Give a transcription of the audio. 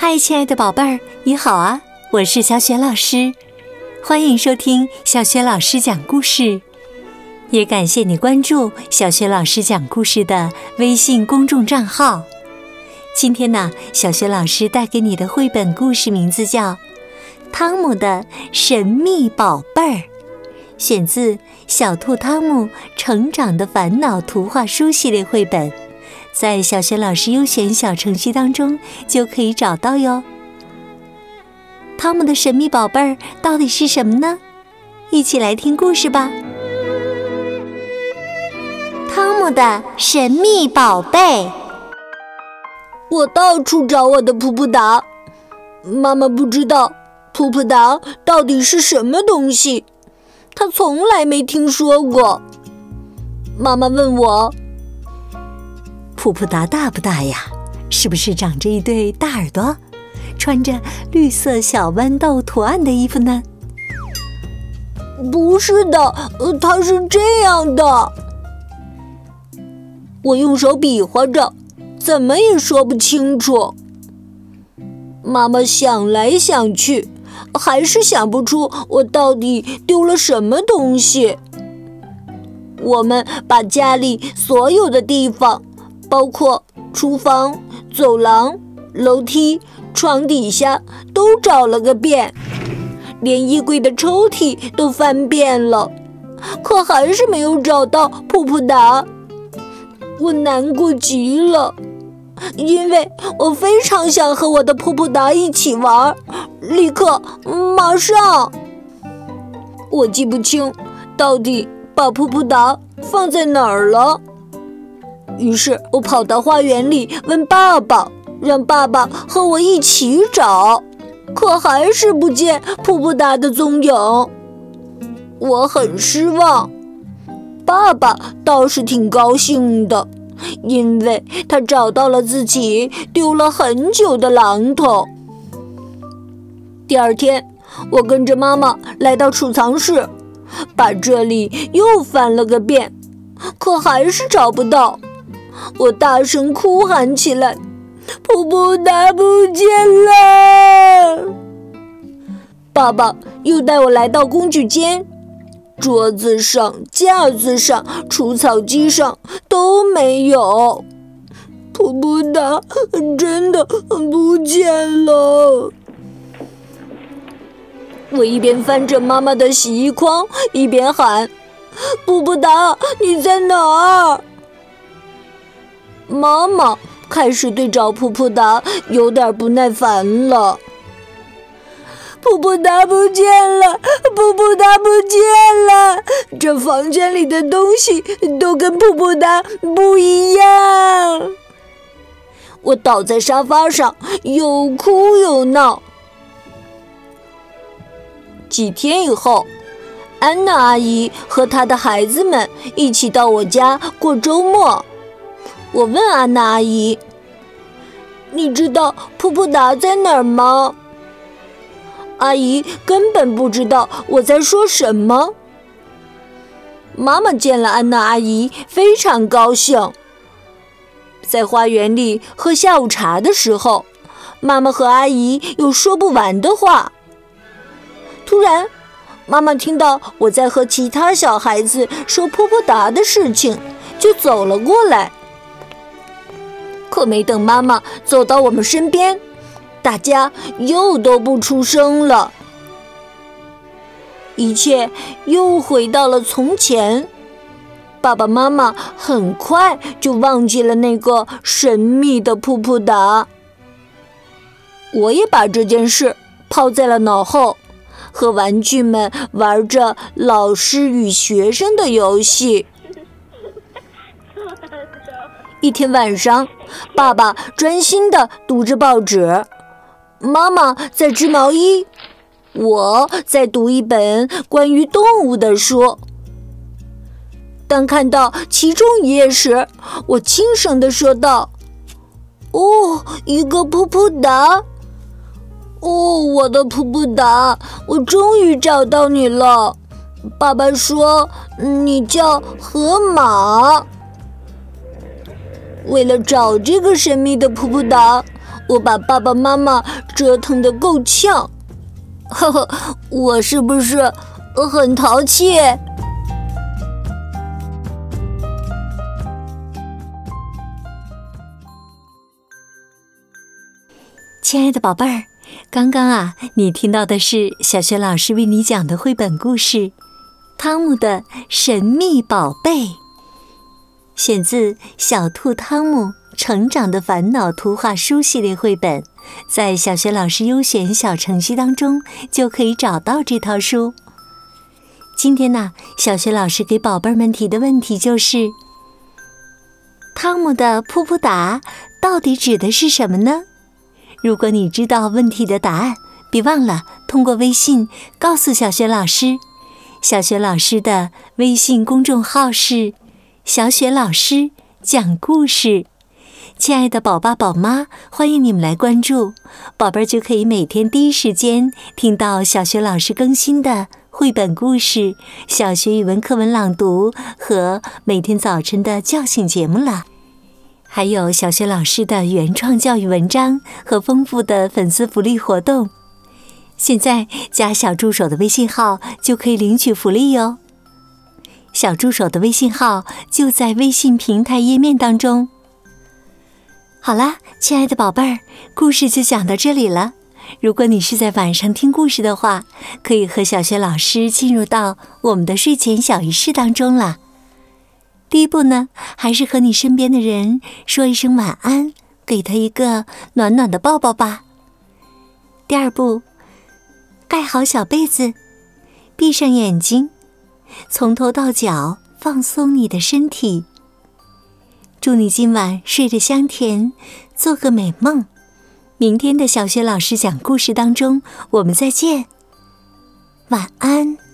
嗨，亲爱的宝贝儿，你好啊！我是小雪老师，欢迎收听小雪老师讲故事，也感谢你关注小雪老师讲故事的微信公众账号。今天呢，小雪老师带给你的绘本故事名字叫《汤姆的神秘宝贝儿》，选自《小兔汤姆成长的烦恼》图画书系列绘本，在小雪老师优选小程序当中就可以找到哟。汤姆的神秘宝贝儿到底是什么呢？一起来听故事吧。汤姆的神秘宝贝。 我到处找我的普普达，妈妈不知道普普达到底是什么东西，她从来没听说过。妈妈问我， 普普达大不大呀？是不是长着一对大耳朵，穿着绿色小豌豆图案的衣服呢？ 不是的，它是这样的。我用手比划着，怎么也说不清楚。妈妈想来想去，还是想不出我到底丢了什么东西。我们把家里所有的地方，包括厨房、走廊、楼梯、床底下都找了个遍，连衣柜的抽屉都翻遍了，可还是没有找到普普达。我难过极了，因为我非常想和我的普普达一起玩，立刻，马上。我记不清到底把普普达放在哪儿了，于是我跑到花园里问爸爸，让爸爸和我一起找，可还是不见普普达的踪影。我很失望，爸爸倒是挺高兴的，因为他找到了自己丢了很久的榔头。第二天，我跟着妈妈来到储藏室，把这里又翻了个遍，可还是找不到。我大声哭喊起来，普普达不见了！爸爸又带我来到工具间，桌子上、架子上、除草机上都没有，普普达真的不见了。我一边翻着妈妈的洗衣筐，一边喊，普普达，你在哪儿？妈妈开始对找普普达有点不耐烦了。普普达不见了，普普达不见了，这房间里的东西都跟普普达不一样。我倒在沙发上，又哭又闹。几天以后，安娜阿姨和她的孩子们一起到我家过周末。我问安娜阿姨，你知道普普达在哪儿吗？阿姨根本不知道我在说什么。妈妈见了安娜阿姨非常高兴。在花园里喝下午茶的时候，妈妈和阿姨有说不完的话。突然，妈妈听到我在和其他小孩子说普普达的事情，就走了过来。可没等妈妈走到我们身边，大家又都不出声了。一切又回到了从前，爸爸妈妈很快就忘记了那个神秘的普普达。我也把这件事抛在了脑后，和玩具们玩着老师与学生的游戏。一天晚上，爸爸专心地读着报纸，妈妈在织毛衣，我在读一本关于动物的书。当看到其中一页时，我轻声地说道，哦，一个普普达。哦，我的普普达，我终于找到你了。爸爸说你叫河马。为了找这个神秘的普普达， 我把爸爸妈妈折腾得够呛。呵呵，我是不是很淘气？ 亲爱的宝贝儿，刚刚你听到的是小雪老师为你讲的绘本故事《汤姆的神秘宝贝》，选自《小兔汤姆成长的烦恼》图画书系列绘本，在小雪老师优选小程序当中就可以找到这套书。今天呢，小雪老师给宝贝们提的问题就是：汤姆的噗噗哒到底指的是什么呢？如果你知道问题的答案，别忘了通过微信告诉小雪老师。小雪老师的微信公众号是小雪老师讲故事。亲爱的宝爸宝妈，欢迎你们来关注，宝贝儿就可以每天第一时间听到小雪老师更新的绘本故事、小学语文课文朗读和每天早晨的叫醒节目了。还有小雪老师的原创教育文章和丰富的粉丝福利活动。现在加小助手的微信号就可以领取福利哟。小助手的微信号就在微信平台页面当中。好啦，亲爱的宝贝儿，故事就讲到这里了。如果你是在晚上听故事的话，可以和小雪老师进入到我们的睡前小仪式当中了。第一步呢，还是和你身边的人说一声晚安，给他一个暖暖的抱抱吧。第二步，盖好小被子，闭上眼睛，从头到脚放松你的身体。祝你今晚睡得香甜，做个美梦。明天的小雪老师讲故事当中，我们再见。晚安。